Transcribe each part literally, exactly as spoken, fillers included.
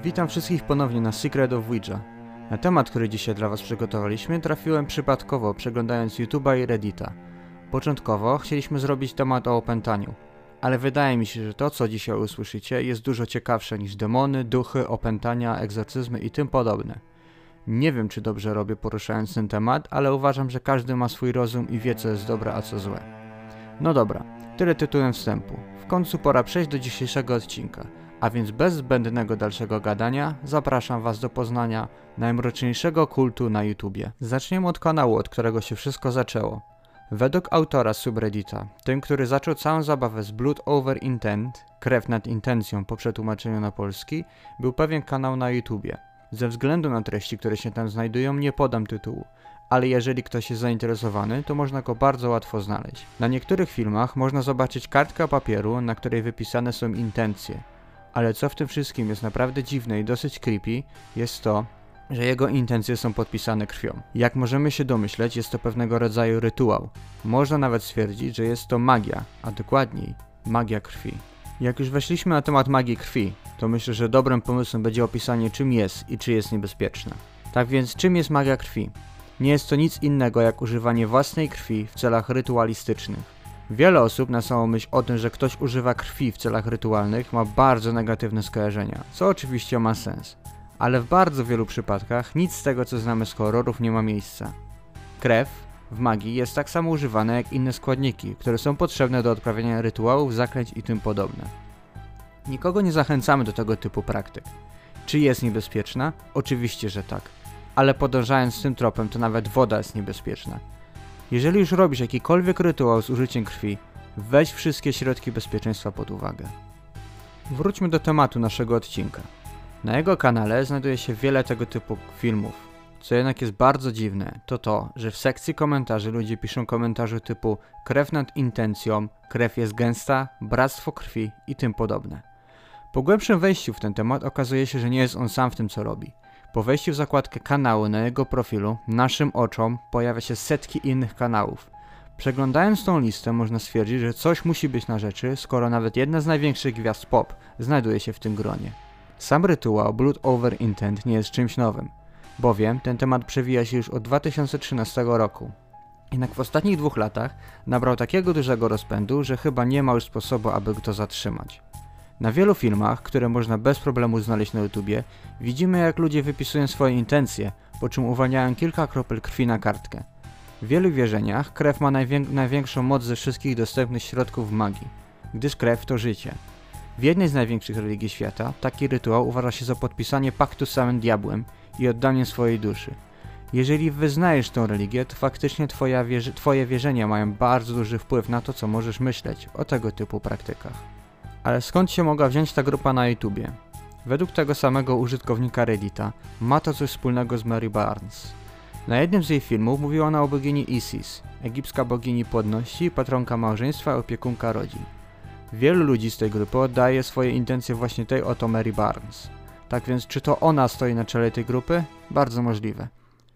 Witam wszystkich ponownie na Secret of Ouija. Na temat, który dzisiaj dla Was przygotowaliśmy, trafiłem przypadkowo, przeglądając YouTube'a i Reddita. Początkowo chcieliśmy zrobić temat o opętaniu, ale wydaje mi się, że to, co dzisiaj usłyszycie, jest dużo ciekawsze niż demony, duchy, opętania, egzorcyzmy i tym podobne. Nie wiem, czy dobrze robię, poruszając ten temat, ale uważam, że każdy ma swój rozum i wie, co jest dobre, a co złe. No dobra, tyle tytułem wstępu. W końcu pora przejść do dzisiejszego odcinka. A więc bez zbędnego dalszego gadania zapraszam Was do poznania najmroczniejszego kultu na YouTubie. Zaczniemy od kanału, od którego się wszystko zaczęło. Według autora subreddita, tym, który zaczął całą zabawę z Blood Over Intent, krew nad intencją po przetłumaczeniu na polski, był pewien kanał na YouTubie. Ze względu na treści, które się tam znajdują, nie podam tytułu, ale jeżeli ktoś jest zainteresowany, to można go bardzo łatwo znaleźć. Na niektórych filmach można zobaczyć kartkę papieru, na której wypisane są intencje. Ale co w tym wszystkim jest naprawdę dziwne i dosyć creepy, jest to, że jego intencje są podpisane krwią. Jak możemy się domyśleć, jest to pewnego rodzaju rytuał. Można nawet stwierdzić, że jest to magia, a dokładniej magia krwi. Jak już weszliśmy na temat magii krwi, to myślę, że dobrym pomysłem będzie opisanie, czym jest i czy jest niebezpieczna. Tak więc, czym jest magia krwi? Nie jest to nic innego jak używanie własnej krwi w celach rytualistycznych. Wiele osób na samą myśl o tym, że ktoś używa krwi w celach rytualnych, ma bardzo negatywne skojarzenia, co oczywiście ma sens. Ale w bardzo wielu przypadkach nic z tego, co znamy z horrorów, nie ma miejsca. Krew w magii jest tak samo używana jak inne składniki, które są potrzebne do odprawiania rytuałów, zaklęć i tym podobne. Nikogo nie zachęcamy do tego typu praktyk. Czy jest niebezpieczna? Oczywiście, że tak. Ale podążając tym tropem, to nawet woda jest niebezpieczna. Jeżeli już robisz jakikolwiek rytuał z użyciem krwi, weź wszystkie środki bezpieczeństwa pod uwagę. Wróćmy do tematu naszego odcinka. Na jego kanale znajduje się wiele tego typu filmów. Co jednak jest bardzo dziwne, to to, że w sekcji komentarzy ludzie piszą komentarze typu krew nad intencją, krew jest gęsta, bractwo krwi i tym podobne. Po głębszym wejściu w ten temat okazuje się, że nie jest on sam w tym, co robi. Po wejściu w zakładkę kanały na jego profilu, naszym oczom pojawia się setki innych kanałów. Przeglądając tą listę można stwierdzić, że coś musi być na rzeczy, skoro nawet jedna z największych gwiazd pop znajduje się w tym gronie. Sam rytuał Blood Over Intent nie jest czymś nowym, bowiem ten temat przewija się już od dwa tysiące trzynastego roku. Jednak w ostatnich dwóch latach nabrał takiego dużego rozpędu, że chyba nie ma już sposobu, aby go zatrzymać. Na wielu filmach, które można bez problemu znaleźć na YouTubie, widzimy, jak ludzie wypisują swoje intencje, po czym uwalniają kilka kropel krwi na kartkę. W wielu wierzeniach krew ma najwię- największą moc ze wszystkich dostępnych środków magii, gdyż krew to życie. W jednej z największych religii świata taki rytuał uważa się za podpisanie paktu z samym diabłem i oddanie swojej duszy. Jeżeli wyznajesz tą religię, to faktycznie twoja wierzy- twoje wierzenia mają bardzo duży wpływ na to, co możesz myśleć o tego typu praktykach. Ale skąd się mogła wziąć ta grupa na YouTubie? Według tego samego użytkownika Reddita ma to coś wspólnego z Mary Barnes. Na jednym z jej filmów mówiła ona o bogini Isis, egipska bogini płodności, patronka małżeństwa i opiekunka rodzin. Wielu ludzi z tej grupy oddaje swoje intencje właśnie tej oto Mary Barnes. Tak więc czy to ona stoi na czele tej grupy? Bardzo możliwe.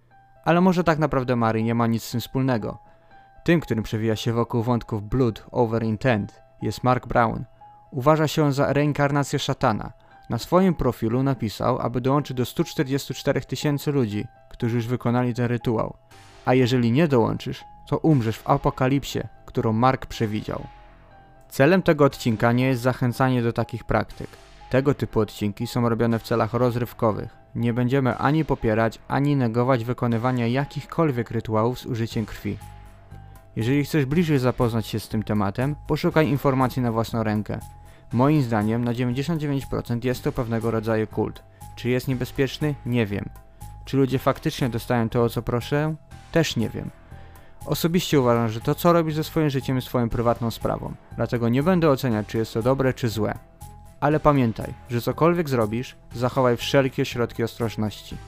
Ale może tak naprawdę Mary nie ma nic z tym wspólnego. Tym, którym przewija się wokół wątków Blood Over Intent, jest Mark Brown. Uważa się on za reinkarnację szatana. Na swoim profilu napisał, aby dołączyć do stu czterdziestu czterech tysięcy ludzi, którzy już wykonali ten rytuał. A jeżeli nie dołączysz, to umrzesz w apokalipsie, którą Mark przewidział. Celem tego odcinka nie jest zachęcanie do takich praktyk. Tego typu odcinki są robione w celach rozrywkowych. Nie będziemy ani popierać, ani negować wykonywania jakichkolwiek rytuałów z użyciem krwi. Jeżeli chcesz bliżej zapoznać się z tym tematem, poszukaj informacji na własną rękę. Moim zdaniem na dziewięćdziesiąt dziewięć procent jest to pewnego rodzaju kult. Czy jest niebezpieczny? Nie wiem. Czy ludzie faktycznie dostają to, o co proszę? Też nie wiem. Osobiście uważam, że to, co robisz ze swoim życiem, jest twoją prywatną sprawą. Dlatego nie będę oceniać, czy jest to dobre, czy złe. Ale pamiętaj, że cokolwiek zrobisz, zachowaj wszelkie środki ostrożności.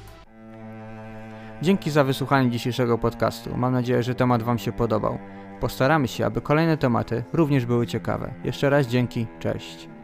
Dzięki za wysłuchanie dzisiejszego podcastu. Mam nadzieję, że temat Wam się podobał. Postaramy się, aby kolejne tematy również były ciekawe. Jeszcze raz dzięki, cześć.